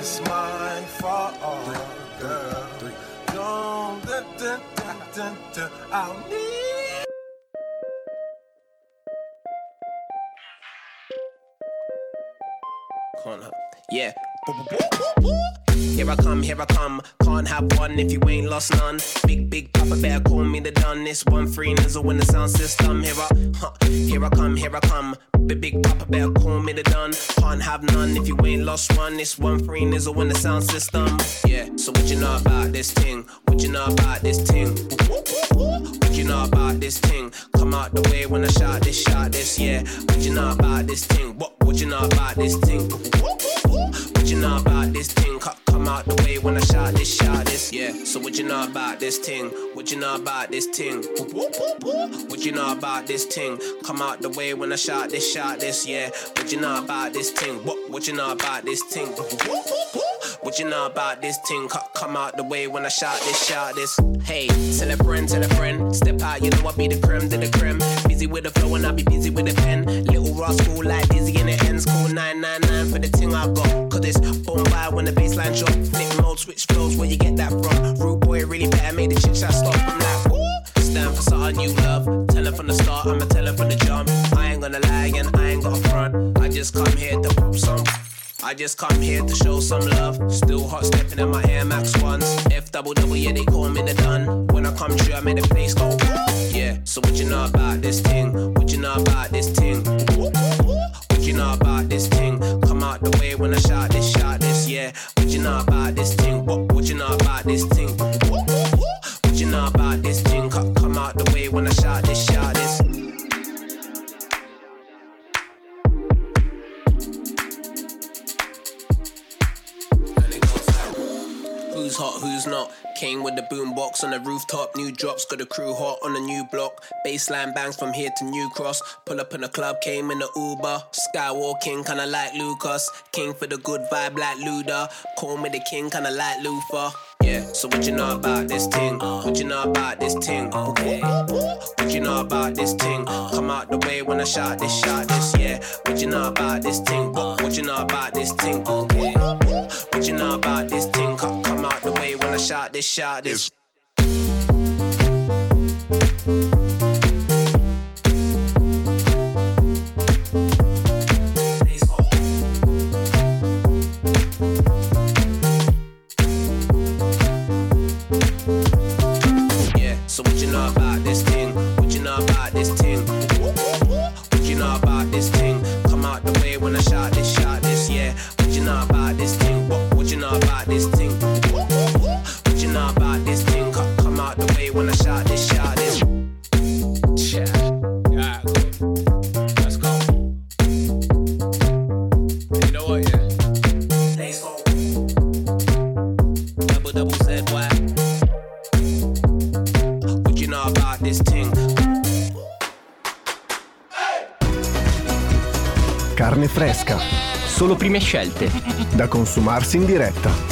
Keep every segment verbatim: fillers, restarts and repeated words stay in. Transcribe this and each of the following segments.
is mine for all, girl. Don't, dun, dun, dun, dun, dun, I'll need. Corner. Yeah. Here I come, here I come. Can't have one if you ain't lost none. Big, big papa better call me the done. This one free nizzle in the sound system. Here I, huh, here I come, here I come. Big, big papa better call me the done. Can't have none if you ain't lost one. This one free nizzle in the sound system. Yeah, so what you know about this thing? What you know about this thing? What you know about this thing? Come out the way when I shout this, shout this, yeah. What you know about this thing? What, what you know about this thing? What you know about this thing? Come out the way when I shout this, shout this, yeah. So what you know about this thing? What you know about this thing? What you know about this thing? Come out the way when I shout this, shout this, yeah. What you know about this thing? What, what you know about this thing? What you know about this thing? Come out the way when I shout this, shout this. Hey, tell a friend, tell a friend. Step out, you know I be the creme to the creme. Busy with the flow and I be busy with the pen. Little rascal like Dizzy in the ends. Call nine nine nine for the thing I got. Cause it's boom by when the baseline drop. Flip mode, switch flows, where you get that from? Rude boy really better, made the chit chat stop. I'm like, woo! Stand for something you love. Tell her from the start, I'ma tell her from the jump. I ain't gonna lie and I ain't got a front. I just come here to pop some. I just come here to show some love. Still hot stepping in my Air Max ones. F double double, yeah, they call me the done. When I come true, I make the place go. Yeah, so what you know about this thing? What you know about this thing? What you know about this thing? Come out the way when I shout this, shout this, yeah. What you know about this thing? What, what you know about this thing? What you know about this thing? Come out the way when I shout this, shout this. Who's hot, who's not? Came with the boombox on the rooftop. New drops, got the crew hot on the new block. Baseline bangs from here to New Cross. Pull up in the club, came in the Uber. Skywalking, kinda like Lucas. King for the good vibe like Luda. Call me the king, kinda like Luther. Yeah, so what you know about this thing? What you know about this thing? Okay. What you know about this thing? Come out the way when I shout this, shout this, yeah. What you know about this thing? What you know about this thing? Okay. What you know about this thing? Come out the way when I shout this, shout this. So what you know about this thing? What you know about this thing? What you know about this thing? Come out the way when I shout this, shout this, yeah. What you know about this thing? What, what you know about this thing? What you know about this thing? Come out the way when I shout this, shout this. Yeah. Yeah, let's go. You know what, yeah? Let's go. Double double said why? About this thing. Carne fresca. Solo prime scelte. Da consumarsi in diretta.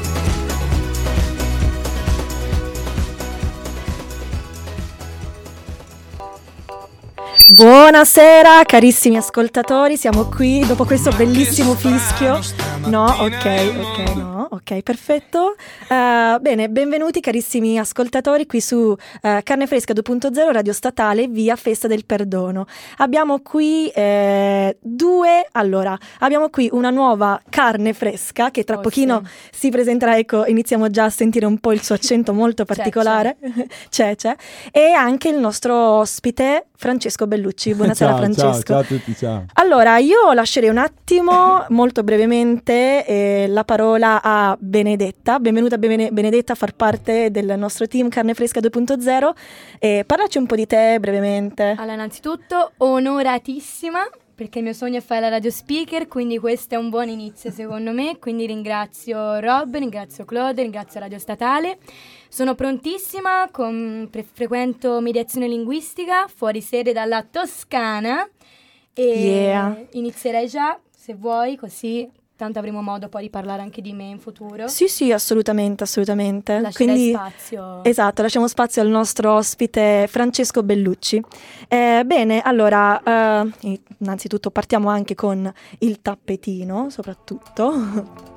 Buonasera carissimi ascoltatori, siamo qui dopo questo bellissimo fischio. No, ok, ok, no, ok, perfetto. Uh, bene, benvenuti carissimi ascoltatori qui su uh, Carne Fresca due punto zero Radio Statale via Festa del Perdono. Abbiamo qui eh, due, allora, abbiamo qui una nuova carne fresca che tra oh, pochino sì. si presenterà, ecco, iniziamo già a sentire un po' il suo accento molto particolare. C'è, c'è. c'è. E anche il nostro ospite Francesco Bellucci. Buonasera ciao, Francesco. Ciao, ciao a tutti, ciao. Allora, io lascerei un attimo, molto brevemente, eh, la parola a Benedetta. Benvenuta Bene- Benedetta a far parte del nostro team Carne Fresca due punto zero. Eh, parlaci un po' di te brevemente. Allora, innanzitutto, onoratissima, perché il mio sogno è fare la radio speaker, quindi questo è un buon inizio secondo me, quindi ringrazio Rob, ringrazio Claude, ringrazio Radio Statale. Sono prontissima, con, pre- frequento mediazione linguistica, fuori sede dalla Toscana e yeah. inizierei già, se vuoi, così tanto avremo modo poi di parlare anche di me in futuro. Sì, sì, assolutamente, assolutamente. Lascerei Quindi, spazio. Esatto, lasciamo spazio al nostro ospite Francesco Bellucci. Eh, bene, allora, eh, innanzitutto partiamo anche con il tappetino, soprattutto.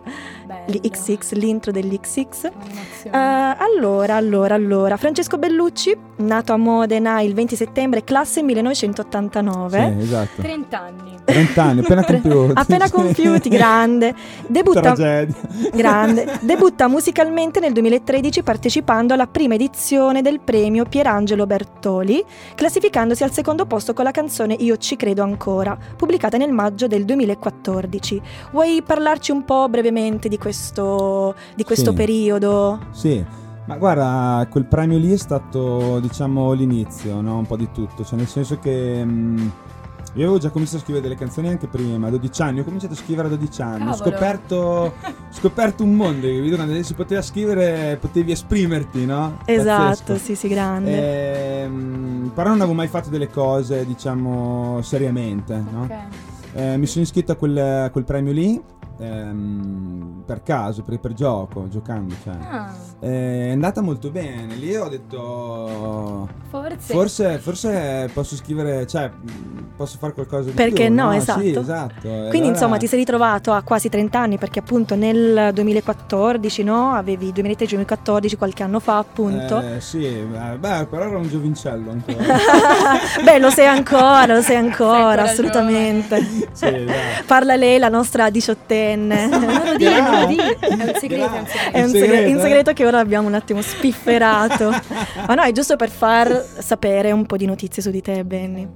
gli X X, l'intro degli X X. Uh, Un'emozione. allora, allora, allora, Francesco Bellucci, nato a Modena il venti settembre, classe millenovecentottantanove. Sì, esatto. trenta anni. trenta anni, appena compiuti. Appena compiuti, grande. Debutta, Tragedia. grande. Debutta musicalmente nel duemilatredici partecipando alla prima edizione del premio Pierangelo Bertoli, classificandosi al secondo posto con la canzone Io ci credo ancora, pubblicata nel maggio del duemilaquattordici. Vuoi parlarci un po' brevemente di questo, di questo Sì. periodo? Sì, ma guarda, quel premio lì è stato, diciamo, l'inizio, no? Un po' di tutto, cioè nel senso che mh, io avevo già cominciato a scrivere delle canzoni anche prima, a dodici anni, ho cominciato a scrivere a dodici anni, ho Cavolo. scoperto, scoperto un mondo, capito? Quando si poteva scrivere, potevi esprimerti, no? Esatto, Pazzesco. sì, sì, grande. Ehm, però non avevo mai fatto delle cose, diciamo, seriamente, no? Ok. Eh, mi sono iscritto a quel, a quel premio lì ehm, per caso, per, per gioco, giocando, cioè. Ah, Eh, è andata molto bene. Lì ho detto forse. forse, forse posso scrivere, cioè mh, posso fare qualcosa di Perché più, no, Sì, esatto. esatto. E Quindi allora- insomma ti sei ritrovato a quasi trenta anni, perché appunto nel duemilaquattordici, no? Avevi duemilatredici duemilaquattordici, qualche anno fa appunto. Eh, sì, eh, beh, però ero un giovincello ancora. Beh, lo sei ancora, lo sei ancora, ancora assolutamente. Sì, dai. Parla lei, la nostra diciottenne. Non lo dire, non lo dire. È un segreto, è un segreto. È un In segreto, segreto, in eh? segreto che ora abbiamo un attimo spifferato. Ma no, è giusto per far sapere un po' di notizie su di te, Benny.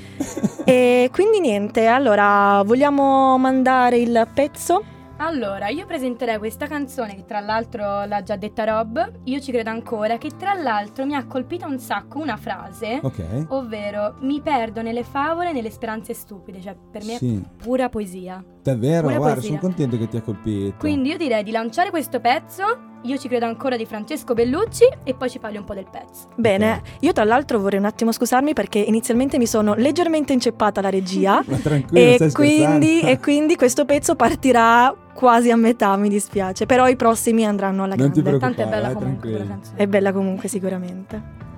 E quindi niente, allora vogliamo mandare il pezzo? Allora, io presenterei questa canzone che tra l'altro l'ha già detta Rob, Io ci credo ancora, che tra l'altro mi ha colpito un sacco una frase, Ok. ovvero mi perdo nelle favole e nelle speranze stupide, cioè per me Sì. è pura poesia. Davvero, Pura guarda, poesia. sono contento che ti ha colpito. Quindi io direi di lanciare questo pezzo, Io ci credo ancora di Francesco Bellucci, e poi ci parli un po' del pezzo. Bene, io tra l'altro vorrei un attimo scusarmi perché inizialmente mi sono leggermente inceppata alla regia. Ma tranquillo, E stai quindi, scherzando? e quindi questo pezzo partirà quasi a metà, mi dispiace, però i prossimi andranno alla Non ti grande. preoccupare, Tanto è bella vai, comunque quella tranquillo. canzone. È bella comunque sicuramente.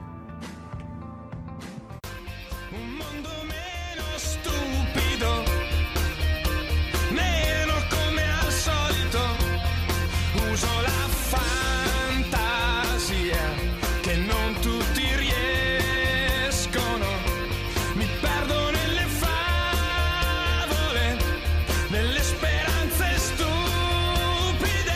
Un mondo meno stupido, meno come al solito. Uso la fantasia che non tutti riescono. Mi perdo nelle favole, nelle speranze stupide.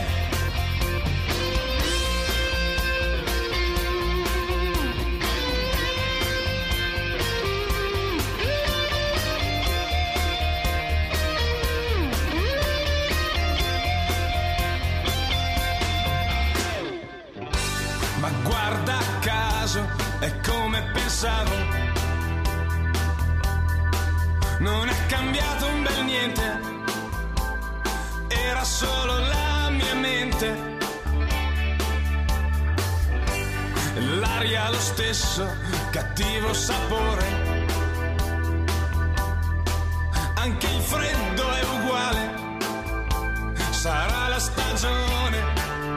Ma guarda caso, è come pensavo. Non è cambiato un bel niente, era solo la mia mente. L'aria ha lo stesso cattivo sapore, anche il freddo è uguale, sarà la stagione.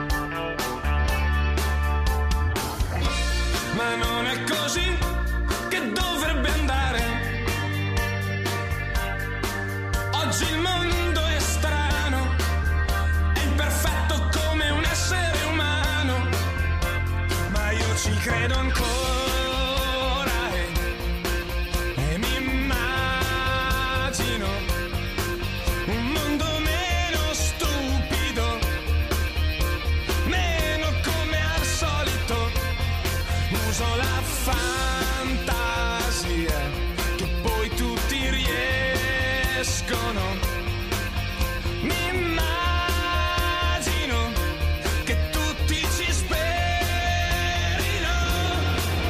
Ma non è così che dovrebbe andare. Oggi il mondo è strano, è imperfetto come un essere umano, ma io ci credo ancora e, e mi immagino un mondo meno stupido, meno come al solito. Uso la fantasia che poi tutti riescono. Mi immagino che tutti ci sperino.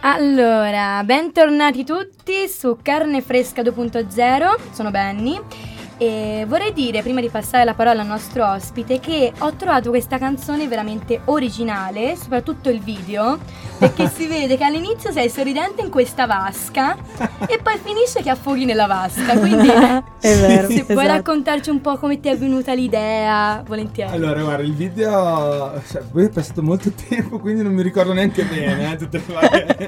Allora, bentornati tutti su Carne Fresca due punto zero, sono Benny e vorrei dire, prima di passare la parola al nostro ospite, che ho trovato questa canzone veramente originale, soprattutto il video, perché si vede che all'inizio sei sorridente in questa vasca e poi finisce che affoghi nella vasca, quindi È vero, se puoi esatto. raccontarci un po' come ti è venuta l'idea, volentieri. Allora, guarda, il video, cioè, poi è passato molto tempo, quindi non mi ricordo neanche bene, eh, tutte le varie.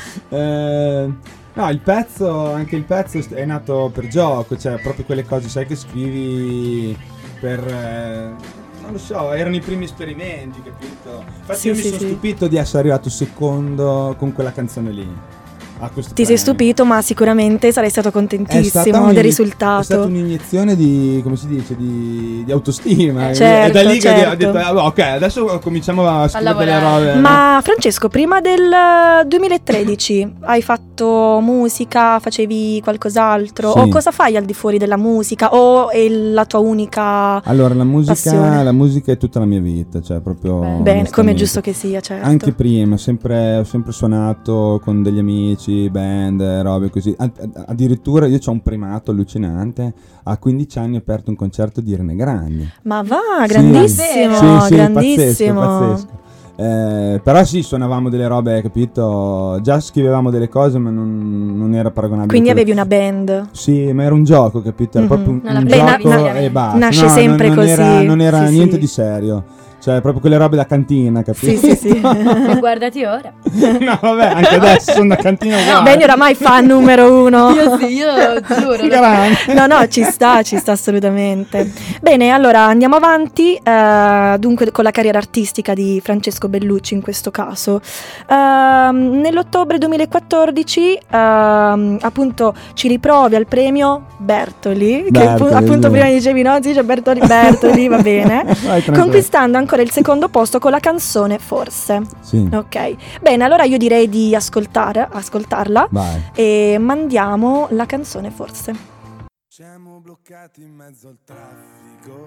eh, no, il pezzo, anche il pezzo è nato per gioco, cioè proprio quelle cose, sai, che scrivi per... Eh, non lo so, erano i primi esperimenti, capito? Infatti Sì, io mi sì, sono sì. stupito di essere arrivato secondo con quella canzone lì. A questo Ti sei premio. stupito, ma sicuramente sarai stato È stata contentissimo un'ini- del risultato. È stata un'iniezione di, come si dice, di, di autostima. Eh, è da certo, lì che ho certo. detto, ah, ok, adesso cominciamo a scrivere delle lavorare. robe. Ma Francesco, prima del duemilatredici hai fatto musica, facevi qualcos'altro? Sì. O cosa fai al di fuori della musica? O è la tua unica... Allora, la musica, passione? la musica è tutta la mia vita, cioè proprio... Bene, Bene, come è onestamente. giusto che sia, certo. Anche prima, sempre, ho sempre suonato con degli amici, band, robe così. Ad- ad- addirittura io ho un primato allucinante. A quindici anni ho aperto un concerto di Irene Grandi. Ma va, Sì. grandissimo, Sì, sì, grandissimo. pazzesco, pazzesco. Eh, però sì, suonavamo delle robe, capito? Già scrivevamo delle cose, ma non, non era paragonabile. Quindi a quello- avevi una band. Sì, ma era un gioco, capito? Era Mhm. proprio un, Non la un prendevi gioco seriamente. e basta. Nasce No, sempre non, non così. Era, non era Sì, niente sì. di serio. Cioè, proprio quelle robe da cantina, capito? Sì, sì, sì. E guardati ora. No, vabbè, anche adesso sono da cantina uguale. Benny oramai fan numero uno. Io sì, io giuro. Grande. No, no, ci sta, ci sta assolutamente. Bene, allora andiamo avanti, eh, dunque con la carriera artistica di Francesco Bellucci in questo caso. Ehm, nell'ottobre duemilaquattordici ehm, appunto ci riprovi al premio Bertoli, che Bertoli, appu- appunto sì. prima dicevi no, si dice Bertoli, Bertoli, va bene. Vai, tranquillo. Conquistando ancora il secondo posto con la canzone Forse. Sì, Ok, bene, allora io direi di ascoltare, ascoltarla vai. e mandiamo la canzone Forse. Siamo bloccati in mezzo al traffico,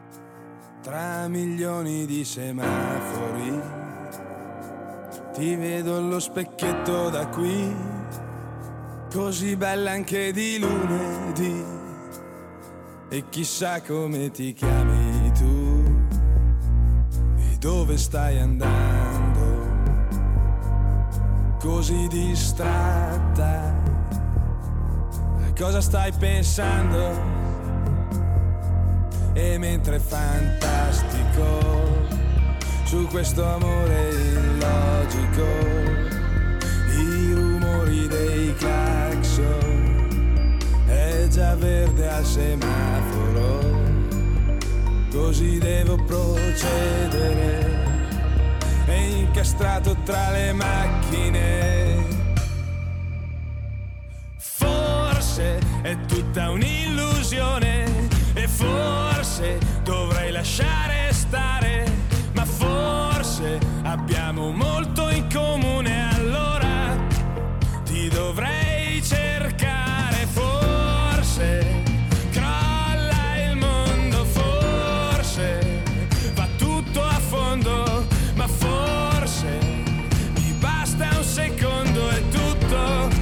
tra milioni di semafori. Ti vedo allo specchietto da qui, così bella anche di lunedì. E chissà come ti chiami tu e dove stai andando, così distratta. Cosa stai pensando? E mentre è fantastico su questo amore illogico, i rumori dei clacson, è già verde al semaforo, così devo procedere, è incastrato tra le macchine. Forse è tutta un'illusione e forse dovrei lasciare stare, ma forse abbiamo molto in comune, allora ti dovrei cercare. Forse crolla il mondo, forse va tutto a fondo, ma forse mi basta un secondo e tutto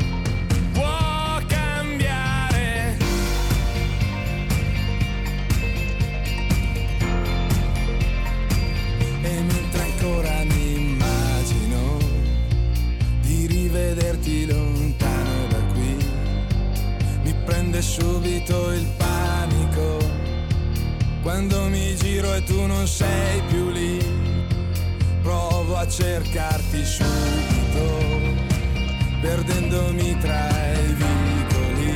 vederti lontano da qui, mi prende subito il panico quando mi giro e tu non sei più lì. Provo a cercarti subito, perdendomi tra i vicoli.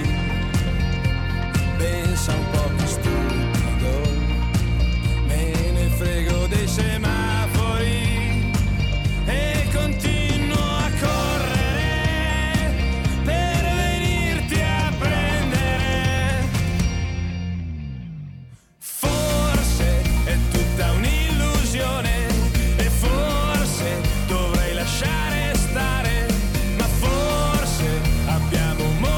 Pensa un po' più stupido, me ne frego dei semafori e continuo a correre per venirti a prendere. Forse è tutta un'illusione e forse dovrei lasciare stare, ma forse abbiamo molto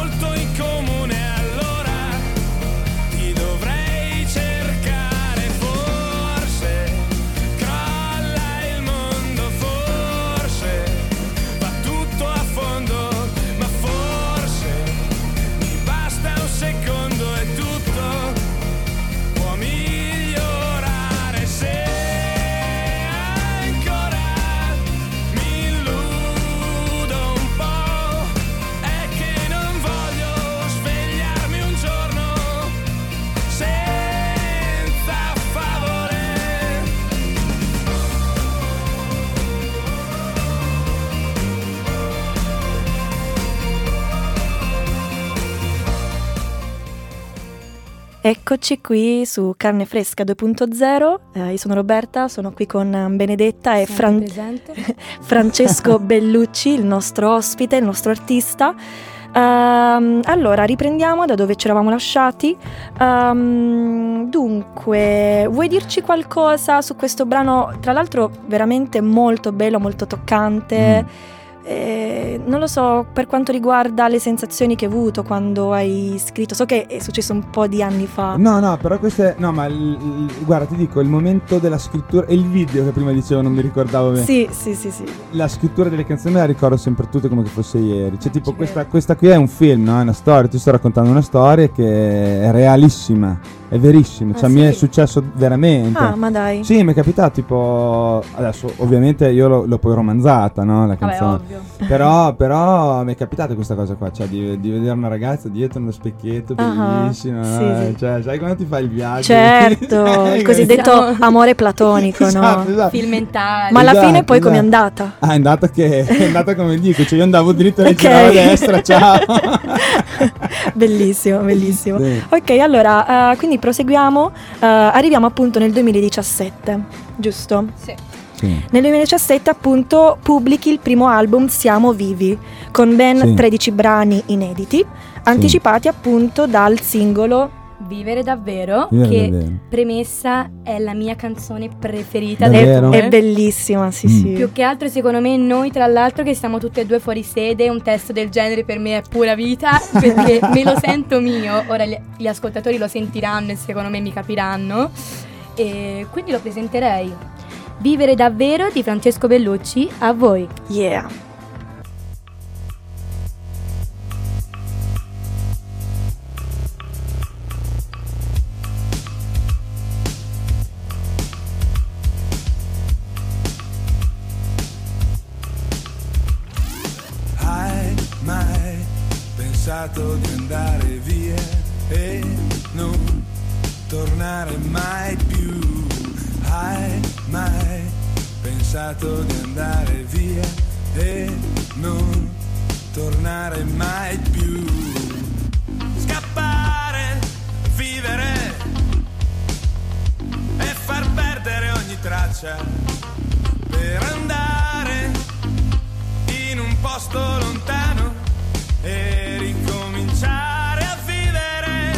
Eccoci qui su Carne Fresca due punto zero, eh, io sono Roberta, sono qui con Benedetta e Fran- Francesco Bellucci, il nostro ospite, il nostro artista. Um, allora, riprendiamo da dove ci eravamo lasciati. Um, dunque, vuoi dirci qualcosa su questo brano? Tra l'altro veramente molto bello, molto toccante. Mm. Eh, non lo so, per quanto riguarda le sensazioni che hai avuto quando hai scritto, so che è successo un po' di anni fa. No, no, però questo è, no, ma il, il, guarda, ti dico, il momento della scrittura e il video che prima dicevo non mi ricordavo bene. Sì, sì, sì, sì. La scrittura delle canzoni la ricordo sempre tutte come che fosse ieri. Cioè, tipo, questa, questa qui è un film, no? È una storia, ti sto raccontando una storia che è realissima. È verissimo, cioè ah, mi sì? è successo veramente. Ah, ma dai. Sì, mi è capitato tipo, adesso ovviamente io l'ho, l'ho poi romanzata, no, la canzone. Vabbè, ovvio. Però, però mi è capitato questa cosa qua, cioè di, di vedere una ragazza dietro uno specchietto bellissimo, uh-huh. no? sì, sì. Cioè, sai quando ti fai il viaggio? Certo, il cosiddetto amore platonico, esatto, no? Esatto. Film mentale. Ma alla esatto, fine poi esatto. com'è andata? Ah, è andata che è andata come dico, cioè io andavo dritto e giravo a destra, ciao. Bellissimo, bellissimo. Sì. Ok, allora, uh, quindi proseguiamo. Uh, arriviamo appunto nel duemiladiciassette, giusto? Sì. Sì. Nel duemiladiciassette appunto pubblichi il primo album Siamo Vivi, con ben sì. tredici brani inediti, anticipati sì. appunto dal singolo Vivere davvero, Vivere che davvero. Premessa è la mia canzone preferita. Davvero? È, è bellissima, sì Mm. sì. Più che altro secondo me noi tra l'altro che siamo tutte e due fuori sede, un testo del genere per me è pura vita, perché me lo sento mio. Ora gli, gli ascoltatori lo sentiranno e secondo me mi capiranno, e quindi lo presenterei. Vivere davvero di Francesco Bellucci, a voi. Yeah. Hai mai pensato di andare via e non tornare mai più? Hai mai pensato di andare via e non tornare mai più? Scappare, vivere e far perdere ogni traccia per andare in un posto lontano e ricominciare a vivere.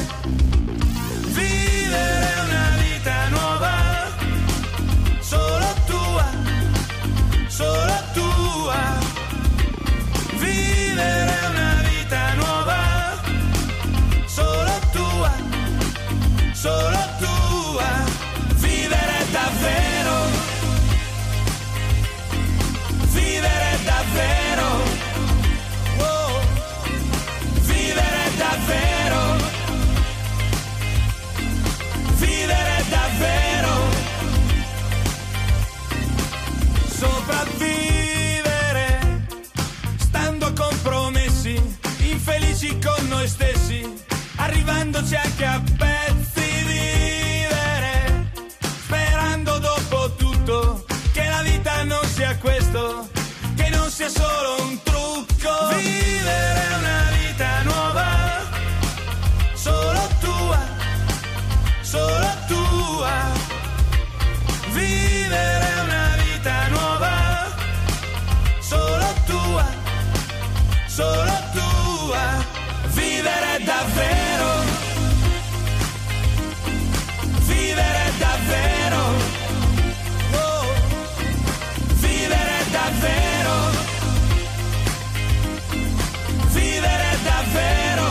Vivere una vita nuova, solo tua, solo tua. Vivere una vita nuova, solo tua, solo tua. Vivere davvero, vivere davvero, oh. Vivere davvero, vivere davvero. Sopravvivere, stando compromessi, infelici con noi stessi, arrivandoci anche a pezzi. Vivere, sperando dopo tutto che la vita non sia questo, che non sia solo un trucco. Vivere una vita nuova, solo tua, solo tua. Vivere una vita nuova, solo tua, solo tua. Vivere davvero, vivere davvero, oh. Vivere davvero, vivere davvero.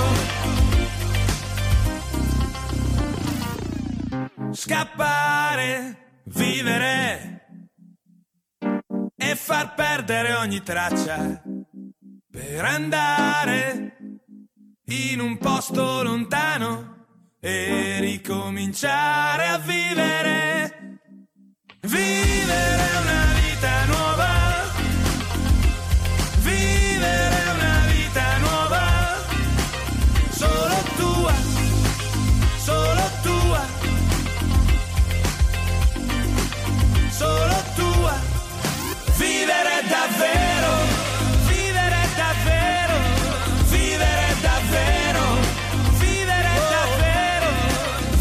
Scappare, vivere e far perdere ogni traccia per andare in un posto lontano e ricominciare a vivere. Vivere una vita nuova, vivere una vita nuova, solo tua, solo tua, solo tua. Vivere davvero, vivere davvero, vivere davvero, vivere davvero,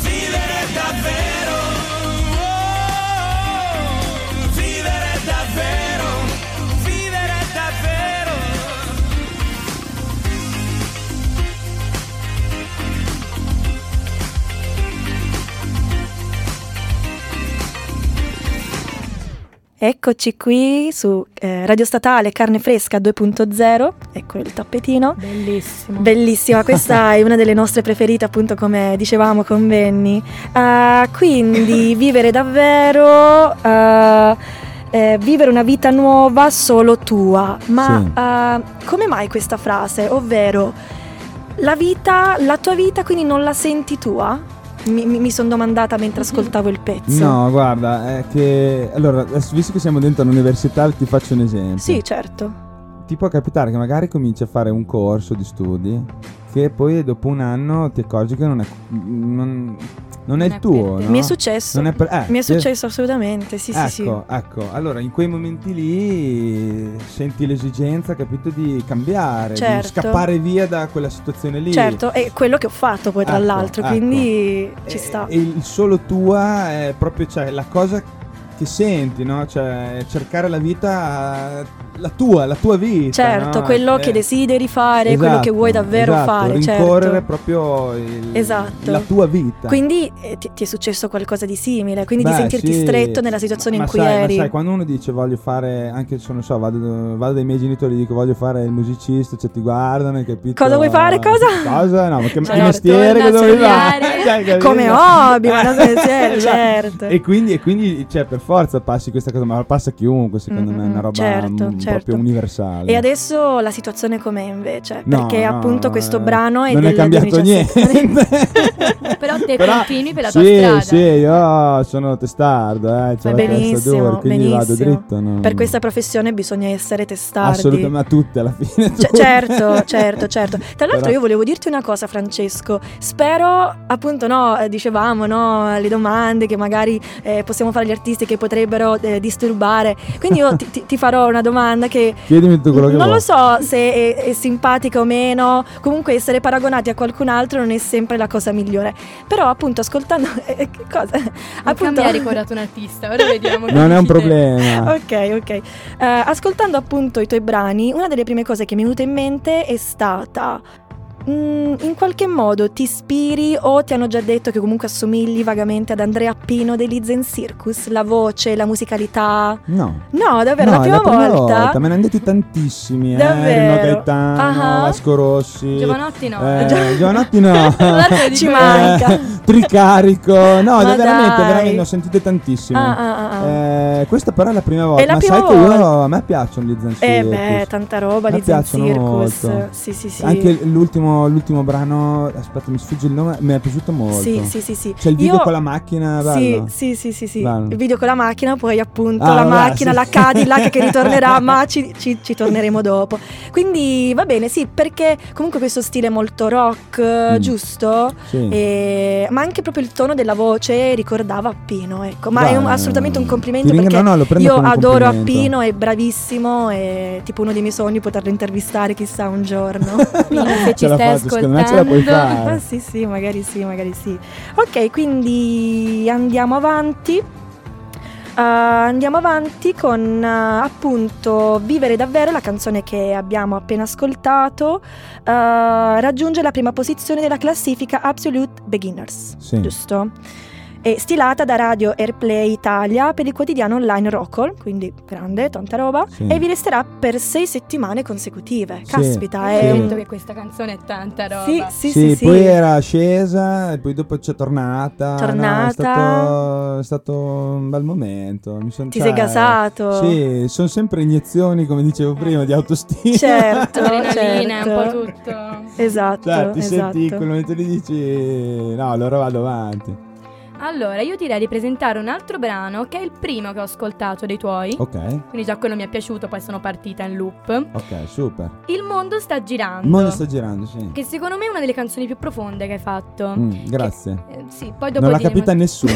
Eccoci qui su eh, Radio Statale Carne Fresca due punto zero, ecco il tappetino. Bellissimo. Bellissima, questa è una delle nostre preferite, appunto, come dicevamo con Benny. Uh, quindi vivere davvero, uh, eh, vivere una vita nuova solo tua. Ma sì. uh, come mai questa frase? Ovvero, la vita, la tua vita quindi non la senti tua? Mi, mi, mi sono domandata mentre ascoltavo il pezzo. No, guarda, è che allora, visto che siamo dentro all'università, ti faccio un esempio. Sì, certo. Ti può capitare che magari cominci a fare un corso di studi che poi dopo un anno ti accorgi che non è non, non è il tuo, no? Mi è successo. Non è per, eh, mi è successo assolutamente, sì, ecco, sì, sì. Ecco, allora in quei momenti lì senti l'esigenza, capito, di cambiare, certo. di scappare via da quella situazione lì. Certo, è quello che ho fatto poi tra ecco, l'altro, ecco. quindi ci e, sta. E il solo tua è proprio, cioè, la cosa che senti, no? Cioè cercare la vita, la tua, la tua vita. Certo, no? quello eh. che desideri fare, esatto, quello che vuoi davvero esatto, fare. rincorrere certo. proprio il, esatto. la tua vita. Quindi eh, ti, ti è successo qualcosa di simile, quindi Beh, di sentirti sì, stretto nella situazione ma in cui sai, eri. Ma sai, quando uno dice voglio fare, anche se non so, vado, vado dai miei genitori e dico voglio fare il musicista, cioè ti guardano, hai capito? Cosa vuoi fare? Cosa? Cosa? No, ma che Certo, mestiere che dovevi fare? Cioè, come hobby, ma non pensiero, esatto. certo. E quindi, e quindi, cioè, per forza passi questa cosa, ma passa chiunque, secondo Mm-hmm, me, è una roba certo, m- certo. proprio universale. E adesso la situazione com'è invece? No, Perché no, appunto questo eh, brano è non del è cambiato duemiladiciassette. niente. Però te Però, continui per la tua sì, strada. sì, io sono testardo, eh, c'ho la testa Benissimo, dura, quindi benissimo. vado dritto. No? Per questa professione bisogna essere testardi. Assolutamente, ma tutte alla fine. C- certo, certo, certo. Tra l'altro Però... io volevo dirti una cosa, Francesco. Spero, appunto, no, eh, dicevamo, no, le domande che magari eh, possiamo fare agli artisti che potrebbero eh, disturbare. Quindi io ti, ti, ti farò una domanda che Chiedimi tu quello che non vuoi. lo so se è, è simpatica o meno. Comunque essere paragonati a qualcun altro non è sempre la cosa migliore. Però appunto ascoltando eh, che cosa? Non appunto mi ha ricordato un artista, ora vediamo. che Non è un dici te. problema. Ok, ok. Eh, ascoltando appunto i tuoi brani, una delle prime cose che mi è venuta in mente è stata mm, in qualche modo ti ispiri o ti hanno già detto che comunque assomigli vagamente ad Andrea Pino dei Lizen Circus? La voce, la musicalità? No. No, davvero, No, la prima, è la prima volta? volta. Me ne hanno detti tantissimi, eh. Davvero? Rino Gaetano, Ah. Vasco Rossi. Giovanotti no. Eh, Giovanotti no. Ci Eh, manca. Tricarico. No, Ma veramente, dai. veramente ne ho sentite tantissime. Ah, ah, ah. Eh, questa però è la prima volta. È la Ma prima sai che io, volta. a me piacciono gli Zen Eh Circus. beh, tanta roba, A me Lizen piacciono Circus. molto. Sì, sì, sì. Anche l'ultimo, l'ultimo brano, aspetta, mi sfugge il nome, mi è piaciuto molto. Sì, sì, sì, sì. C'è il video Io- con la macchina, Sì, bello. sì, sì, sì, sì. Bello. Il video con la macchina, poi appunto Ah, la vabbè, macchina, sì. la Cadillac che ritornerà, ma ci, ci- ci torneremo dopo. Quindi va bene, sì, perché comunque questo stile molto rock, Mm. giusto? Sì. E- ma anche proprio il tono della voce ricordava Appino, ecco. Ma Beh, è un- assolutamente un complimento ti ringra- perché no, no, lo prendo io come un adoro complimento. Appino, è bravissimo, è tipo uno dei miei sogni poterlo intervistare chissà un giorno. Pino, se Ce ci la stai faccio, secondo me ce la puoi ascoltando. fare. Ah, sì, sì, magari sì, magari sì. Ok, quindi andiamo avanti. Uh, andiamo avanti con uh, appunto Vivere davvero, la canzone che abbiamo appena ascoltato. Uh, raggiunge la prima posizione della classifica Absolute Beginners, Sì. giusto? È stilata da Radio Airplay Italia per il quotidiano online Rockall, quindi grande, tanta roba, Sì. e vi resterà per sei settimane consecutive. Sì. Caspita, Hai è detto un... che questa canzone è tanta roba. Sì, sì, Sì, sì, sì. poi era scesa e poi dopo c'è tornata. Tornata. No, è, stato, è stato un bel momento. Mi son, Ti cioè, sei gasato? Sì, sono sempre iniezioni, come dicevo prima, di autostima. Certo, Adrenalina, certo. un po' tutto. Esatto, Cioè, ti esatto. senti in quel momento lì dici no, allora vado avanti. Allora, io direi di presentare un altro brano che è il primo che ho ascoltato dei tuoi. Ok, Quindi già quello mi è piaciuto, poi sono partita in loop. ok, super. Il mondo sta girando. Il mondo sta girando, sì. Che secondo me è una delle canzoni più profonde che hai fatto. Mm, grazie. Che- eh, sì, poi dopo Non l'ha diremo- capita nessuno.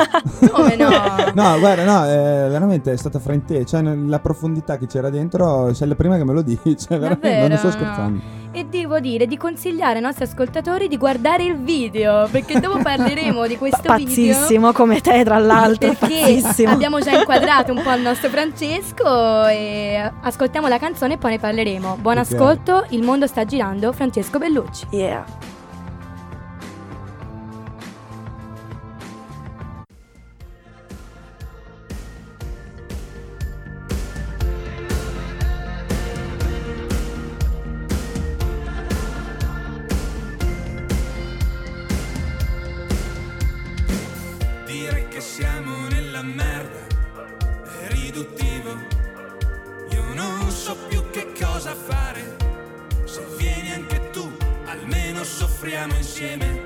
Come no? No, guarda, no, eh, veramente è stata fra in te. Cioè, la profondità che c'era dentro, sei la prima che me lo dici. Cioè, veramente, Davvero? non sto scherzando. E devo dire di consigliare ai nostri ascoltatori di guardare il video, perché dopo parleremo di questo Pazzissimo come te, tra video. l'altro. Perché Pazzissimo. abbiamo già inquadrato un po' il nostro Francesco e ascoltiamo la canzone e poi ne parleremo. Buon Ok. ascolto, Il mondo sta girando, Francesco Bellucci. Yeah. che siamo nella merda, è riduttivo. Io non so più che cosa fare. Se vieni anche tu, almeno soffriamo insieme.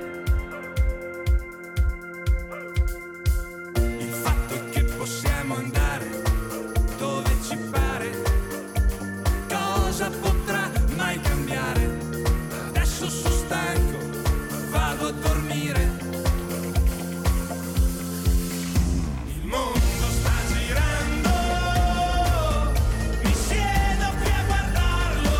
Il fatto è che possiamo andare dove ci pare. Cosa potrà mai cambiare? Adesso sono stanco, vado a dormire. Il mondo sta girando, mi siedo qui a guardarlo.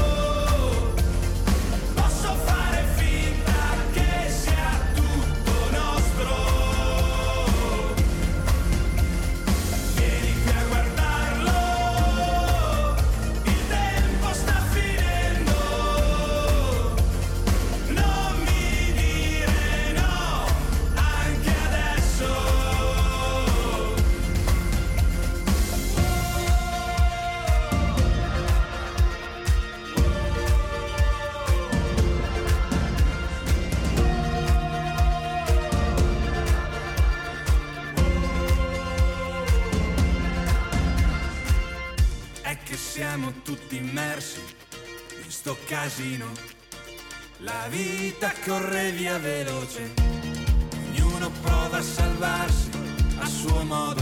Posso fare finta che sia tutto nostro. Vieni qui a guardarlo, il tempo sta finendo. Non mi dire no, anche adesso. È che siamo tutti immersi in sto casino. La vita corre via veloce, ognuno prova a salvarsi a suo modo.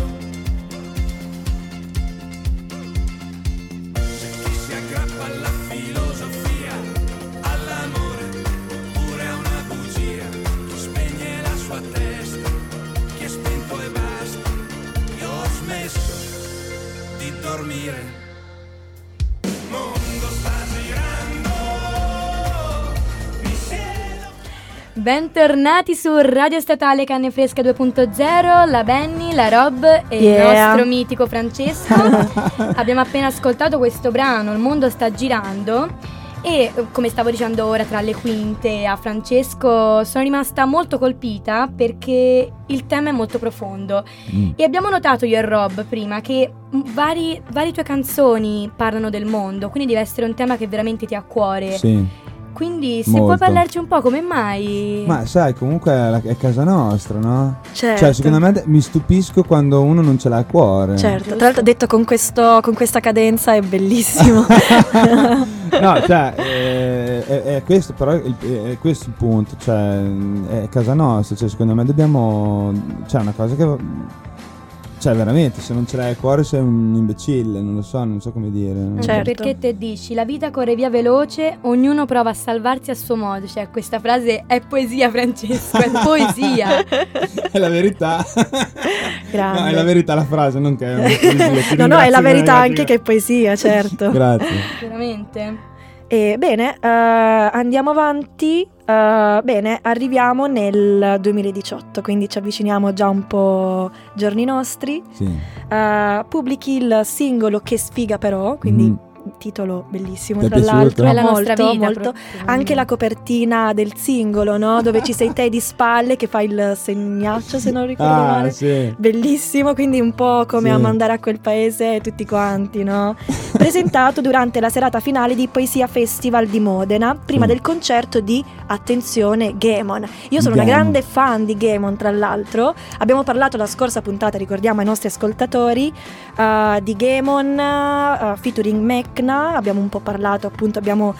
C'è chi si aggrappa alla filosofia, all'amore, oppure a una bugia. Chi spegne la sua testa, chi è spento e basta. Io ho smesso di dormire. Il mondo sta girando, mi siedo. Bentornati su Radio Statale Canne Fresca due punto zero, la Benny, la Rob e Yeah. il nostro mitico Francesco. Abbiamo appena ascoltato questo brano, Il mondo sta girando, e come stavo dicendo ora tra le quinte a Francesco, sono rimasta molto colpita perché il tema è molto profondo. Mm. E abbiamo notato io e Rob prima che mm, vari, varie tue canzoni parlano del mondo, quindi deve essere un tema che veramente ti ha a cuore. Sì. Quindi se Molto. puoi parlarci un po' come mai. Ma sai, comunque è, la- è casa nostra, no? Certo. Cioè, secondo me mi stupisco quando uno non ce l'ha a cuore. Certo, tra l'altro detto con, questo, con questa cadenza è bellissimo. No, cioè, è, è- è questo, però è, è questo il punto, cioè, è casa nostra, cioè, secondo me dobbiamo, cioè, una cosa che, cioè, veramente, se non ce l'hai a cuore sei un imbecille, non lo so, non so come dire. Anche Certo. perché te dici la vita corre via veloce, ognuno prova a salvarsi a suo modo. Cioè questa frase è poesia, Francesco, è poesia. È la verità. Grande. No, è la verità la frase, non che è una poesia. Ti No, no, è la ringrazio, verità ragazzi. anche che è poesia, certo. Grazie. Veramente. E bene, eh, andiamo avanti. Eh, bene, arriviamo nel duemiladiciotto, quindi ci avviciniamo già un po' giorni nostri. Sì. Eh, pubblichi il singolo Che sfiga però, quindi Mm. titolo bellissimo Ti è tra piaciuto? l'altro, È la molto, nostra vita, molto. proprio. Anche la copertina del singolo, no? Dove ci sei te di spalle che fai il segnaccio, se non ricordo Ah, male. sì. Bellissimo, quindi un po' come Sì. a mandare a quel paese tutti quanti, no? Presentato durante la serata finale di Poesia Festival di Modena, prima Sì. del concerto di, attenzione, Gaemon. Io sono una Gaemon. grande fan di Gaemon, tra l'altro. Abbiamo parlato la scorsa puntata, ricordiamo ai nostri ascoltatori, eh, di Gaemon eh, featuring Mecna. Abbiamo un po' parlato, appunto, abbiamo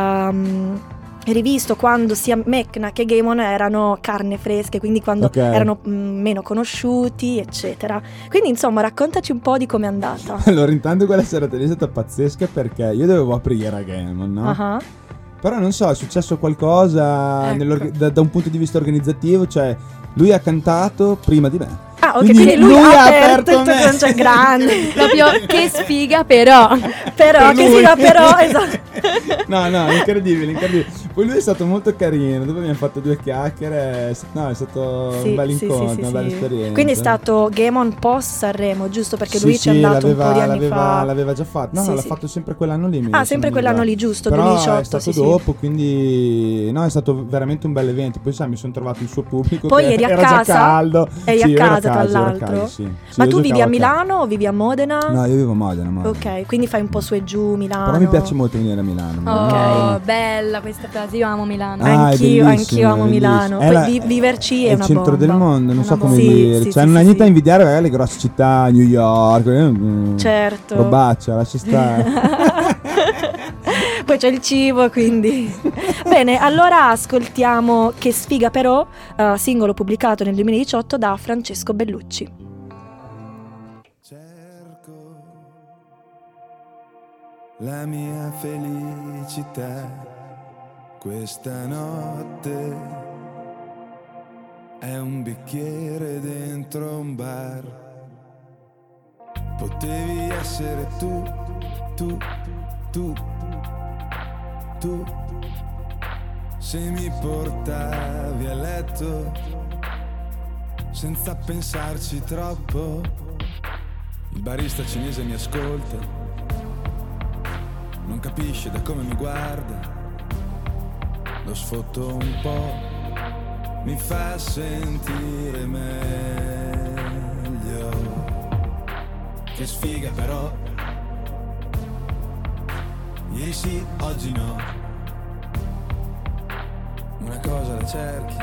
ehm, rivisto quando sia Mecna che Gaemon erano carne fresche, quindi quando Ok. erano mh, meno conosciuti, eccetera. Quindi, insomma, raccontaci un po' di com'è andata. Allora, intanto quella serata lì è stata pazzesca perché io dovevo aprire a Gaemon, no? Ah, Però non so, è successo qualcosa Ecco. nell'org- da, da un punto di vista organizzativo, cioè lui ha cantato prima di me. Ah, ok, Quindi quindi lui, lui ha ha aperto il aperto tuo me. concerto grande. Proprio che sfiga però. Però, Per che lui. si va però, esatto. No, no, incredibile, incredibile. Poi lui è stato molto carino, dopo abbiamo fatto due chiacchiere, è st- no, è stato Sì, un bel sì, incontro, sì, sì, una bella sì. esperienza. Quindi è stato Gaemon post Sanremo, giusto? Perché lui Sì, ci è sì, andato un po' l'aveva- di anni l'aveva, fa. l'aveva già fatto. No, Sì, no, l'ha sì. fatto sempre quell'anno lì. mi- Ah, se sempre non mi quell'anno sbaglio. lì, giusto, Però duemiladiciotto, è stato sì, sì. dopo, quindi no, è stato veramente un bel evento. Poi sai, mi sono trovato il suo pubblico Poi che eri a era casa? già caldo. Eri Sì, a io ero casa, cosa Raccaggi, tra l'altro. Raccaggi, sì. Sì, Ma io tu vivi giocavo a ca- Milano o vivi a Modena? No, io vivo a Modena, Modena. Ok, quindi fai un po' su e giù Milano. Però mi piace molto venire a Milano. Oh, Ok. bella questa frase, io amo Milano. Ah, è Anch'io, bellissimo, anch'io amo è Milano. bellissimo. È Poi la- vi- viverci è, È il una centro bomba. del mondo, non Una so come bomba. Sì, dire. sì, Cioè, sì, non hai sì, niente sì. a invidiare magari le grosse città, New York. eh, Certo. Robaccia, lascia stare. Poi c'è il cibo, quindi. Bene, allora ascoltiamo Che sfiga però, eh, singolo pubblicato nel duemiladiciotto da Francesco Bellucci. Cerco la mia felicità questa notte è un bicchiere dentro un bar. Potevi essere tu, tu, tu, tu, se mi portavi a letto senza pensarci troppo. Il barista cinese mi ascolta, non capisce da come mi guarda, lo sfotto un po', mi fa sentire meglio. Che sfiga però, ieri sì, oggi no, una cosa la cerchi,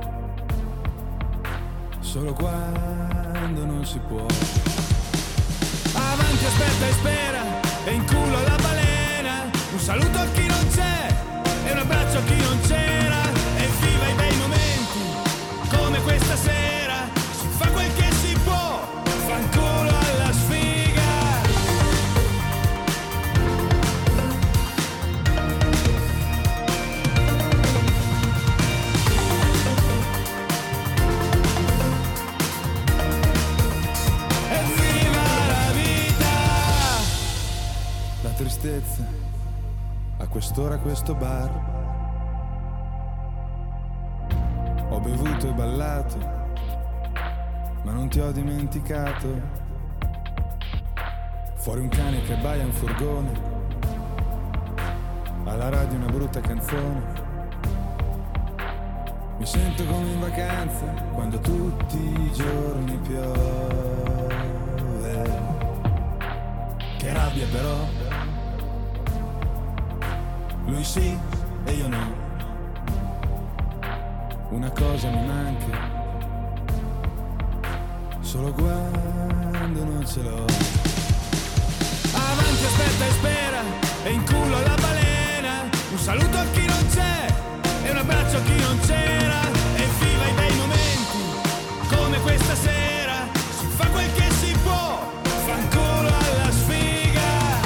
solo quando non si può. Avanti, aspetta e spera, e in culo alla balena, un saluto a chi non c'è, e un abbraccio a chi non c'era, e viva i bei momenti, come questa sera, si fa quel che si può, fanculo alla sfiga. E viva la vita. La tristezza a quest'ora a questo bar. Ho bevuto e ballato, ma non ti ho dimenticato. Fuori un cane che abbaia un furgone, alla radio una brutta canzone. Mi sento come in vacanza quando tutti i giorni piove. Che rabbia però, lui sì e io no. Una cosa mi manca, solo quando non ce l'ho. Avanti, aspetta e spera, e in culo alla balena, un saluto a chi non c'è, e un abbraccio a chi non c'era, e viva i bei momenti, come questa sera, si fa quel che si può, fanculo alla sfiga.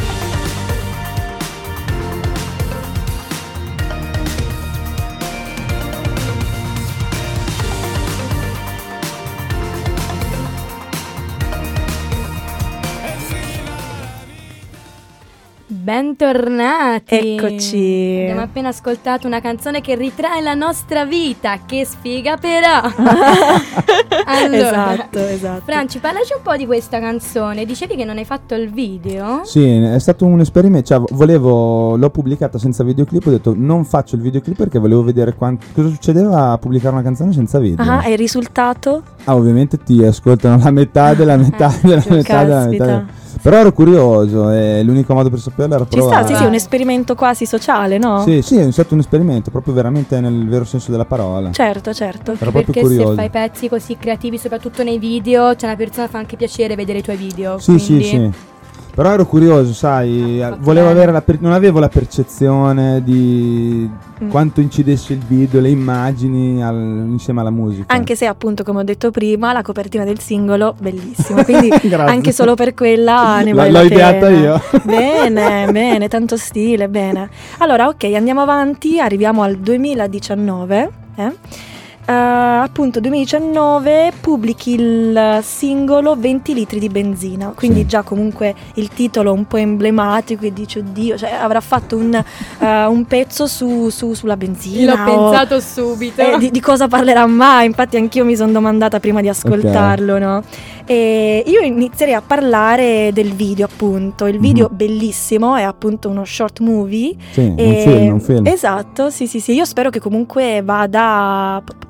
Bentornati. Eccoci. Abbiamo appena ascoltato una canzone che ritrae la nostra vita. Che sfiga però. Allora, Esatto, esatto. Franci, parlaci un po' di questa canzone. Dicevi che non hai fatto il video? Sì, è stato un esperimento, cioè volevo, l'ho pubblicata senza videoclip, ho detto non faccio il videoclip perché volevo vedere quant- cosa succedeva a pubblicare una canzone senza video. Ah, e il risultato? Ah, ovviamente ti ascoltano la metà della metà Eh, della metà della caspita. metà. Però ero curioso e l'unico modo per saperlo era Ci provare. sta, sì, sì, un esperimento quasi sociale, no? Sì, sì, è stato un esperimento, proprio veramente nel vero senso della parola. Certo, certo. Ero proprio Perché curioso. se fai pezzi così creativi, soprattutto nei video, c'è una persona che fa anche piacere vedere i tuoi video. Sì, quindi... sì, sì. Però ero curioso, sai, Fatto volevo bene. avere la per- non avevo la percezione di Mm. quanto incidesse il video, le immagini al- insieme alla musica. Anche se appunto, come ho detto prima, la copertina del singolo bellissima, quindi Grazie. anche solo per quella ne L- vale l'ho la ideata pena. io. Bene, bene, tanto stile, bene. Allora, ok, andiamo avanti, arriviamo al duemiladiciannove, eh? Eh, appunto duemiladiciannove pubblichi il singolo venti litri di benzina, quindi Sì. già comunque il titolo un po' emblematico e dici oddio, cioè avrà fatto un, eh, un pezzo su, su- sulla benzina. L'ho o- pensato subito. eh, di, di cosa parlerà mai? Infatti anch'io mi sono domandata prima di ascoltarlo, no? E io inizierei a parlare del video, appunto. Il video Mhm. bellissimo, è appunto uno short movie. Sì, un E- film, un film. Esatto, sì, sì, sì. Io spero che comunque vada, p-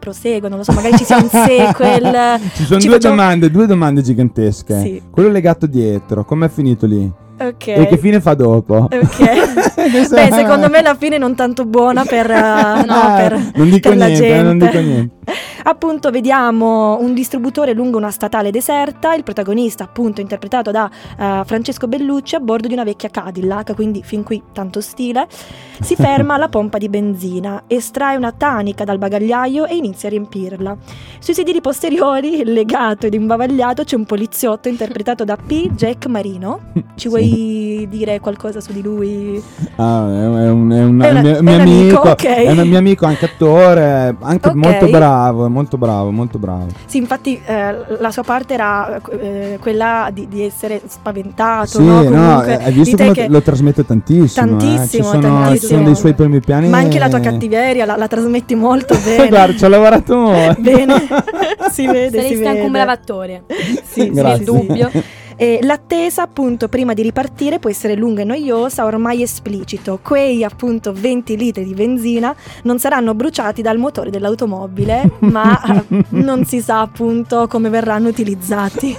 prosegue, non lo so, magari ci sia un sequel. Ci sono Ci due facciamo- domande, due domande gigantesche. Sì. Quello legato dietro, com'è finito lì? Ok. E che fine fa dopo? Ok. Beh, secondo me la fine non tanto buona per, uh, no, per, non dico per la niente, gente. non dico niente. Appunto vediamo un distributore lungo una statale deserta, il protagonista appunto interpretato da uh, Francesco Bellucci a bordo di una vecchia Cadillac, quindi fin qui tanto stile, si ferma alla pompa di benzina, estrae una tanica dal bagagliaio e inizia a riempirla. Sui sedili posteriori, legato ed imbavagliato, c'è un poliziotto interpretato da P. Jack Marino. Ci vuoi dire qualcosa su di lui? Ah, è un, è un, è un, È una- mio, è mio un amico, amico, ok. è un mio amico, anche attore, anche Ok. molto bravo, molto bravo, molto bravo. Sì, infatti eh, la sua parte era eh, quella di, di essere spaventato, Sì, no? no, Comunque, hai visto di te come che- lo trasmette tantissimo. Tantissimo, eh. Ci sono, tantissimo. ci sono dei suoi primi piani. Ma anche la tua cattiveria la, la trasmetti molto bene. Guarda, ci ho lavorato molto. Bene, si vede, si Saresti anche vede. un bravo attore. Sì, Grazie. sì, dubbio. E l'attesa appunto prima di ripartire può essere lunga e noiosa, ormai esplicito. Quei appunto venti litri di benzina non saranno bruciati dal motore dell'automobile, ma eh, non si sa appunto come verranno utilizzati.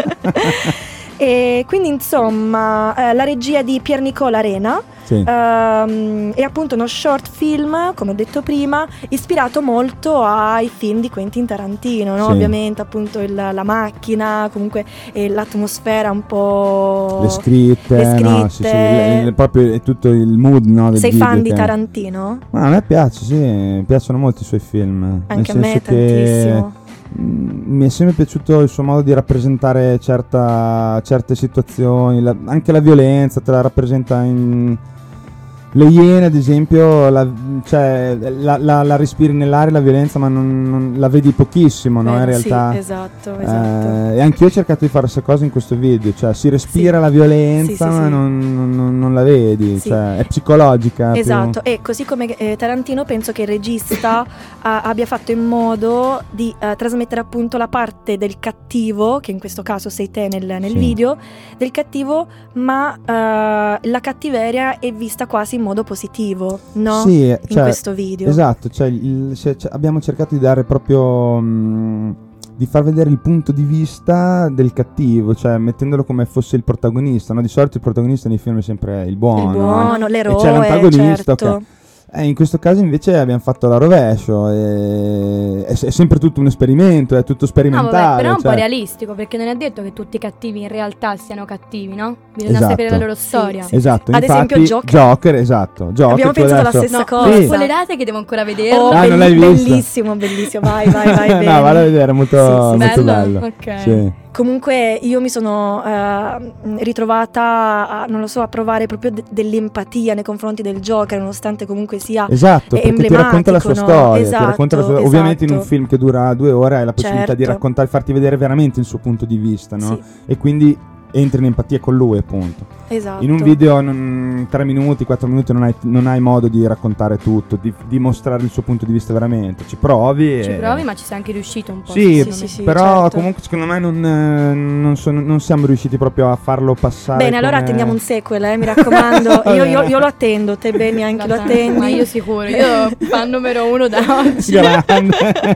E quindi insomma eh, la regia di Pier Nicola Arena Sì. ehm, è appunto uno short film, come ho detto prima, ispirato molto ai film di Quentin Tarantino, no? Sì. Ovviamente appunto il- la macchina, comunque eh, l'atmosfera un po'... Le scritte, le no, sì, sì, scritte. il- il- proprio è tutto il mood, no, del Sei video fan di che- Tarantino? Ma a me piace, sì, mi piacciono molto i suoi film. Anche a nel me senso che tantissimo. mm, mi è sempre piaciuto il suo modo di rappresentare certa, certe situazioni, la- anche la violenza te la rappresenta in... Le Iene, ad esempio, la, cioè, la, la, la respiri nell'aria la violenza, ma non, non- la vedi pochissimo, no? In Vero, sì, realtà. esatto, esatto. Eh, e anch'io ho cercato di fare questa cosa in questo video, cioè si respira Sì. la violenza, Sì, sì, ma sì. Non, non- non la vedi, Sì. cioè è psicologica. più- Esatto, e così come eh, Tarantino penso che il regista ah, abbia fatto in modo di eh, trasmettere appunto la parte del cattivo, che in questo caso sei te nel, nel Sì. video, del cattivo, ma eh, la cattiveria è vista quasi in modo positivo, no? Sì, In cioè, questo video. esatto, cioè, il- se- cioè, abbiamo cercato di dare proprio mh, di far vedere il punto di vista del cattivo, cioè mettendolo come fosse il protagonista, no? Di solito il protagonista nei film è sempre il buono, Il no? buono, l'eroe, E c'è l'antagonista, certo. ok. Eh, in questo caso invece abbiamo fatto la rovescio, e- è, è sempre tutto un esperimento, è tutto No, sperimentale. vabbè, però è un cioè- po' realistico, perché non è detto che tutti i cattivi in realtà siano cattivi, no? Bisogna Esatto. sapere la loro Sì, storia. sì. Esatto, Ad infatti esempio Joker. esatto. Joker, Abbiamo tu pensato la adesso- stessa No, cosa. non Sì. spoilerate che devo ancora vederlo. Oh, Ah, non belli- l'hai visto? bellissimo, bellissimo, vai, vai, vai, bene. No, vado a vedere, molto, Sì, sì, molto bello? bello. Ok. Sì. Comunque io mi sono eh, ritrovata, a, non lo so, a provare proprio de- dell'empatia nei confronti del Joker, nonostante comunque sia... Esatto, È perché ti racconta la sua emblematico, no? storia, ti Esatto, racconta la sua- ovviamente in un esatto. film che dura due ore hai la possibilità di Certo. raccontare, farti vedere veramente il suo punto di vista, no? Sì, E quindi entri in empatia con lui, appunto. esatto. In un video non, tre minuti, quattro minuti non hai, non hai modo di raccontare tutto, di, di mostrare il suo punto di vista veramente, ci provi. Ci e- provi, ma ci sei anche riuscito un po'. Sì, secondo sì, me. sì, però certo. comunque secondo me non, eh, non, sono- non siamo riusciti proprio a farlo passare. Bene, allora come- attendiamo un sequel, eh, mi raccomando. io, io- io lo attendo, te Benny anche lo Vabbè, attendi. Ma io sicuro, io fan numero uno da oggi. Grande.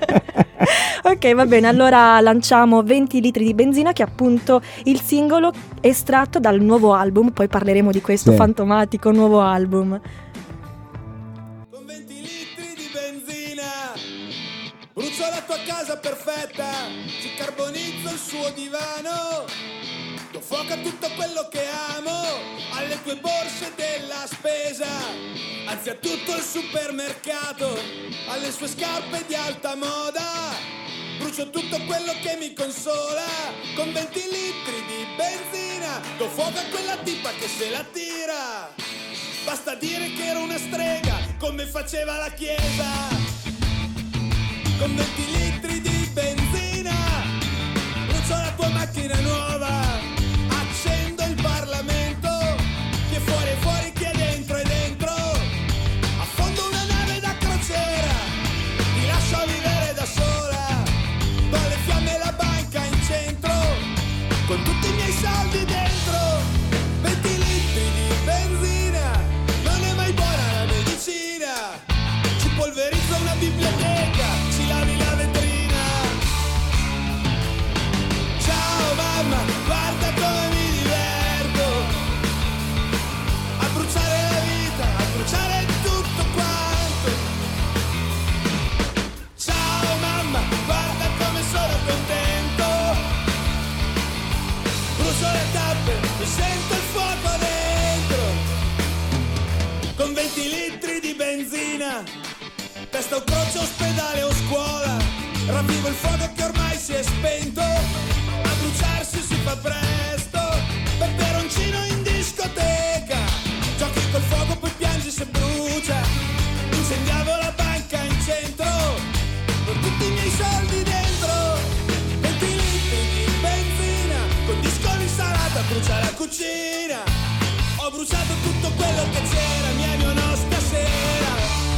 Ok, va bene, allora lanciamo venti litri di benzina, che è appunto il singolo estratto dal nuovo album, poi parleremo di questo Sì. fantomatico nuovo album. Con venti litri di benzina brucio la tua casa perfetta, ci carbonizzo il suo divano, do fuoco a tutto quello che amo, alle tue borse della spesa, anzi a tutto il supermercato, alle sue scarpe di alta moda. Brucio tutto quello che mi consola, con venti litri di benzina do fuoco a quella tipa che se la tira. Basta dire che ero una strega, come faceva la chiesa. Con venti litri di benzina brucio la tua macchina nuova, accendo il Parlamento, chi è fuori è fuori, chi è dentro è dentro, affondo una nave da crociera, ti lascio vivere da sola, do le fiamme la banca in centro, con tutti i miei soldi dentro. Venti litri di benzina, non è mai buona la medicina, ci polverizza una biblioteca, ci lavi le mi sento il fuoco dentro, con venti litri di benzina, testa o croce, ospedale o scuola, ravvivo il fuoco che ormai si è spento, a bruciarsi si fa presto, peperoncino in discoteca, giochi col fuoco poi piangi se brucia, incendiavo la banca in centro, con tutti i miei soldi dentro, venti litri di benzina, con disco di insalata, brucia la cucina, ho bruciato tutto quello che c'era, mi ami o no stasera.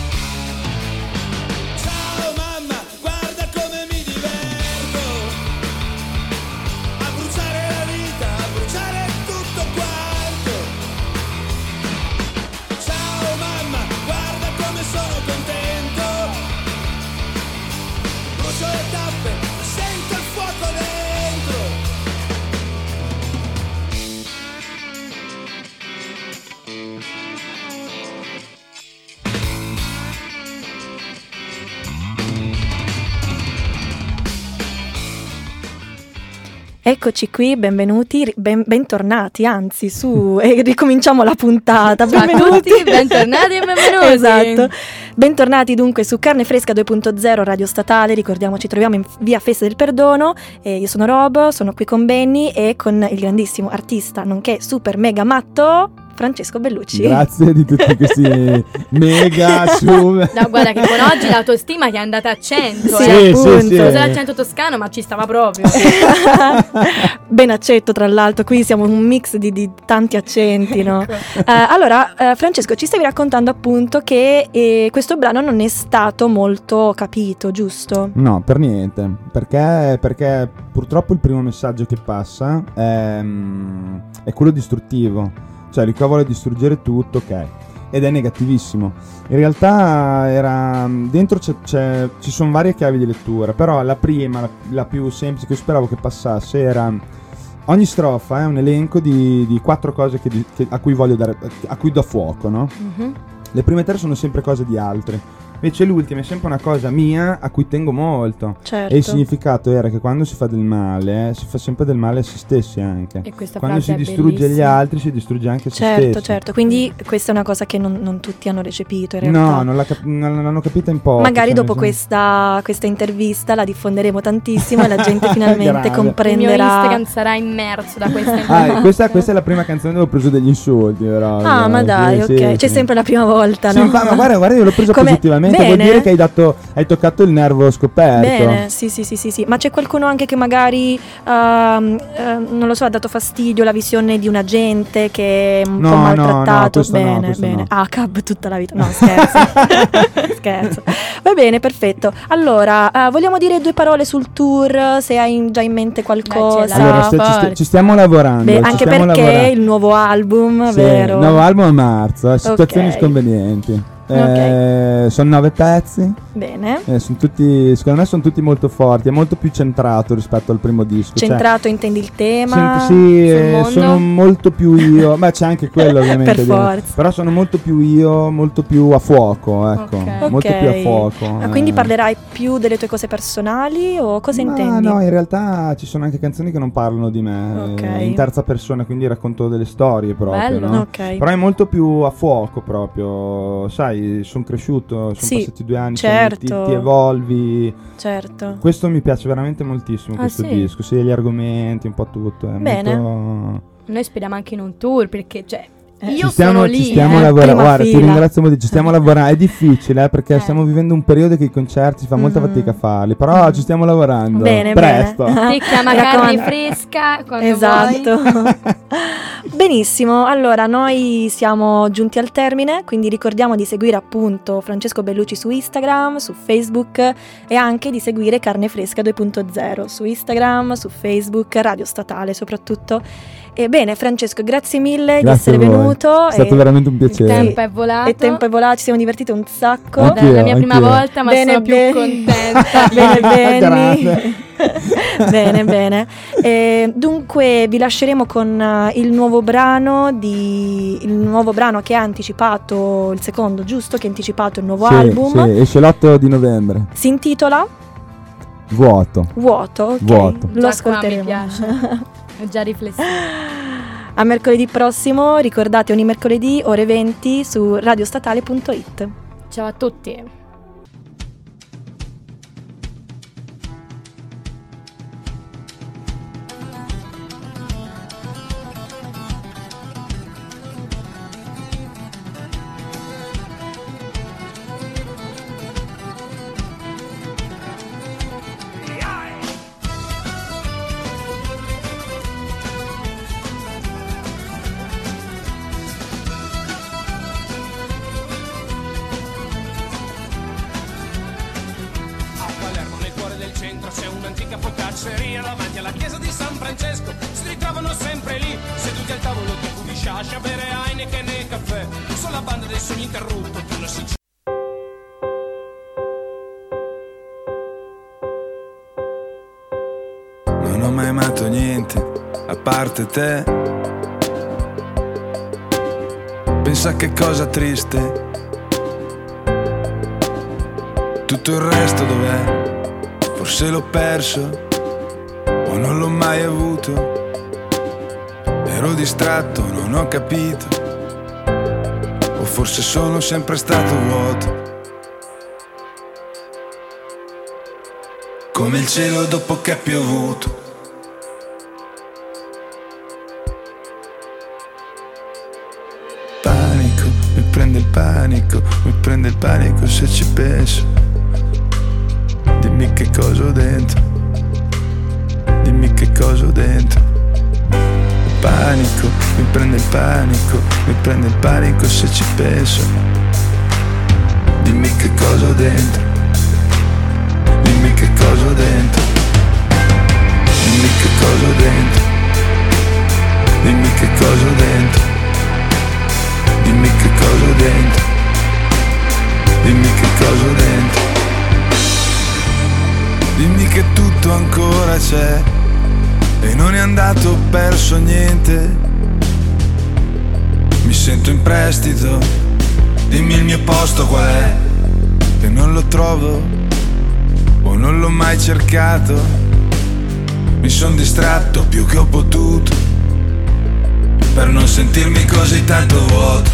Ciao mamma, guarda come mi diverto, a bruciare la vita, a bruciare tutto quanto. Ciao mamma, guarda come sono contento, brucio le tappe, sento il fuoco dentro. Eccoci qui, benvenuti, ben, bentornati, anzi su, e ricominciamo la puntata. Ciao a Benvenuti. tutti, bentornati e benvenuti. Esatto. Bentornati dunque su Carne Fresca due punto zero Radio Statale, ricordiamo ci troviamo in via Festa del Perdono, e io sono Rob, sono qui con Benny e con il grandissimo artista nonché super mega matto Francesco Bellucci. Grazie di tutti questi mega su. No, guarda che con oggi l'autostima che è andata a cento, Sì, eh. appunto. sì, sì. Scusa l'accento toscano, ma ci stava proprio. Ben accetto, tra l'altro, qui siamo un mix di, di tanti accenti, no? Ecco. Eh, allora, eh, Francesco, ci stavi raccontando appunto che eh, questo brano non è stato molto capito, giusto? No, per niente, perché, perché purtroppo il primo messaggio che passa è, mm, è quello distruttivo, cioè il cavolo vuole distruggere tutto, ok, ed è negativissimo. In realtà era dentro c'è, c'è, ci sono varie chiavi di lettura, però la prima, la, la più semplice che io speravo che passasse era: ogni strofa è un elenco di, di quattro cose che, che, a cui voglio dare, a cui do fuoco, no? Mhm. Le prime tre sono sempre cose di altri, invece l'ultima è sempre una cosa mia a cui tengo molto. Certo. E il significato era che quando si fa del male, si fa sempre del male a se stessi anche. E questa Quando si frase è distrugge gli bellissima. altri, si distrugge anche se Certo, stessi. certo, quindi questa è una cosa che non, non tutti hanno recepito in realtà. No, non, la cap- non l'hanno capita in poco. Magari cioè, dopo nel senso- questa, questa intervista la diffonderemo tantissimo e la gente finalmente Grande. Il mio comprenderà. Instagram sarà immerso da questa Ah, intervista. questa, questa è la prima canzone dove ho preso degli insulti, però. Ah, eh, ma dai, sì, ok, sì, c'è sì. sempre la prima volta, Sì, no? ma, ma guarda, guarda, io l'ho preso Come- positivamente, vuol bene. dire che hai dato, hai toccato il nervo scoperto. Bene, sì, sì, sì, sì, sì. Ma c'è qualcuno anche che magari, ehm, ehm, non lo so, ha dato fastidio la visione di un agente che è un No, po' no, maltrattato? no, questo no, bene, questo bene. no. Ah, cab tutta la vita. No, scherzo. Scherzo. Va bene, perfetto. Allora, eh, vogliamo dire due parole sul tour, se hai già in mente qualcosa? Dai, ce l'ha. Allora, sta- ci, forza. sti- ci stiamo lavorando. Beh, ci anche stiamo perché lavorando. il nuovo album, Sì, vero? il nuovo album a marzo, eh, situazioni Ok. sconvenienti. Ok. Eh, sono nove pezzi, Bene. eh, sono tutti, secondo me sono tutti molto forti, è molto più centrato rispetto al primo disco. cioè- Centrato, intendi il tema? Sì, sì, sul eh, mondo? sono molto più io, beh c'è anche quello ovviamente, Per dentro. forza. Però sono molto più io, molto più a fuoco, ecco, Ok. molto Ok. più a fuoco. Ah, quindi eh. parlerai più delle tue cose personali o cosa Ma intendi? no, in realtà ci sono anche canzoni che non parlano di me, Ok. eh, in terza persona, quindi racconto delle storie proprio, Bello. no? Ok. Però è molto più a fuoco proprio, sai, sono cresciuto, sono Sì, passati due anni, certo. sono- ti, ti evolvi. Certo. Questo mi piace veramente moltissimo, Ah, questo sì? disco, sì, gli argomenti, un po' tutto. È Bene. molto... Noi speriamo anche in un tour, perché cioè Eh, io ci stiamo, sono ci lì. stiamo eh. lavorando, Prima guarda, ti fila. ringrazio molto, ci stiamo lavorando, è difficile eh, perché Eh. stiamo vivendo un periodo che i concerti si fa molta Mhm. fatica a farli, però ci stiamo lavorando, Bene, presto. bene. Ti chiama Mi carne raccomando. fresca quando Esatto. vuoi. Benissimo, allora noi siamo giunti al termine, quindi ricordiamo di seguire appunto Francesco Bellucci su Instagram, su Facebook e anche di seguire Carne Fresca due punto zero su Instagram, su Facebook, Radio Statale soprattutto. E bene Francesco, grazie mille di Grazie essere a voi. venuto. È stato e- veramente un Il piacere. tempo è volato. Il tempo è volato, ci siamo divertiti un sacco. Anche- È la mia Anch'io, prima anch'io. volta, ma Bene, sono più bene. contenta. Bene, bene. Grande. Bene, bene. Eh, dunque vi lasceremo con eh, il nuovo brano di il nuovo brano che ha anticipato il secondo, giusto? Che ha anticipato il nuovo Sì, album. sì, esce l'otto di novembre. Si intitola Vuoto. Vuoto, ok. Vuoto. Lo Già qua ascolteremo. mi piace. È già riflessivo. A mercoledì prossimo, ricordate ogni mercoledì ore venti su radiostatale punto it. Ciao a tutti. C'è un'antica focacceria davanti alla chiesa di San Francesco. Si ritrovano sempre lì, seduti al tavolo tipo di sciascia, bere Heineken e caffè. Sulla banda dei sogni interrotto, tu lo si. Non ho mai amato niente, a parte te. Pensa che cosa triste. Tutto il resto dov'è? Forse l'ho perso, o non l'ho mai avuto. Ero distratto, non ho capito. O forse sono sempre stato vuoto. Come il cielo dopo che è piovuto. Panico, mi prende il panico, mi prende il panico se ci penso. Dimmi che cosa ho dentro, dimmi che cosa ho dentro. Panico, mi prende il panico, mi prende il panico se ci penso. Dimmi che cosa ho dentro, dimmi che cosa ho dentro. Dimmi che cosa ho dentro, dimmi che cosa ho dentro. Dimmi che cosa ho dentro, dimmi che cosa ho dentro. Dimmi che tutto ancora c'è e non è andato perso niente. Mi sento in prestito, dimmi il mio posto qual è, che non lo trovo o non l'ho mai cercato. Mi son distratto più che ho potuto per non sentirmi così tanto vuoto.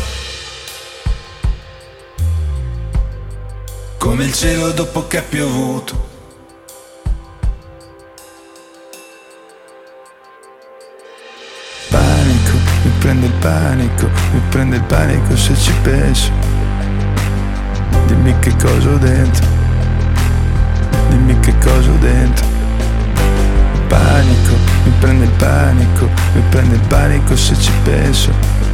Come il cielo dopo che è piovuto. Panico, mi prende il panico, mi prende il panico se ci penso. Dimmi che cosa ho dentro, dimmi che cosa ho dentro. Panico, mi prende il panico, mi prende il panico se ci penso.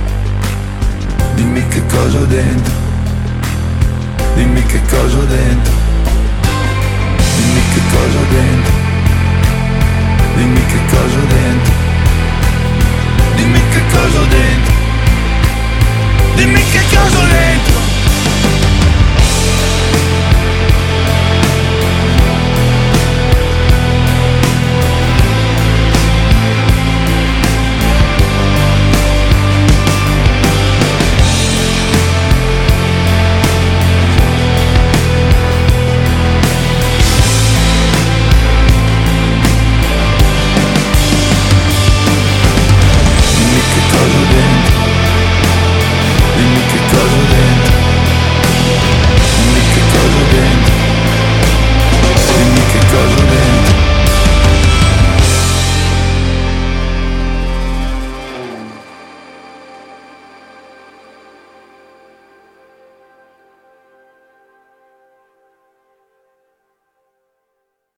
Dimmi che cosa ho dentro, dimmi che cosa ho dentro. Dimmi che cosa ho dentro, dimmi che cosa ho dentro.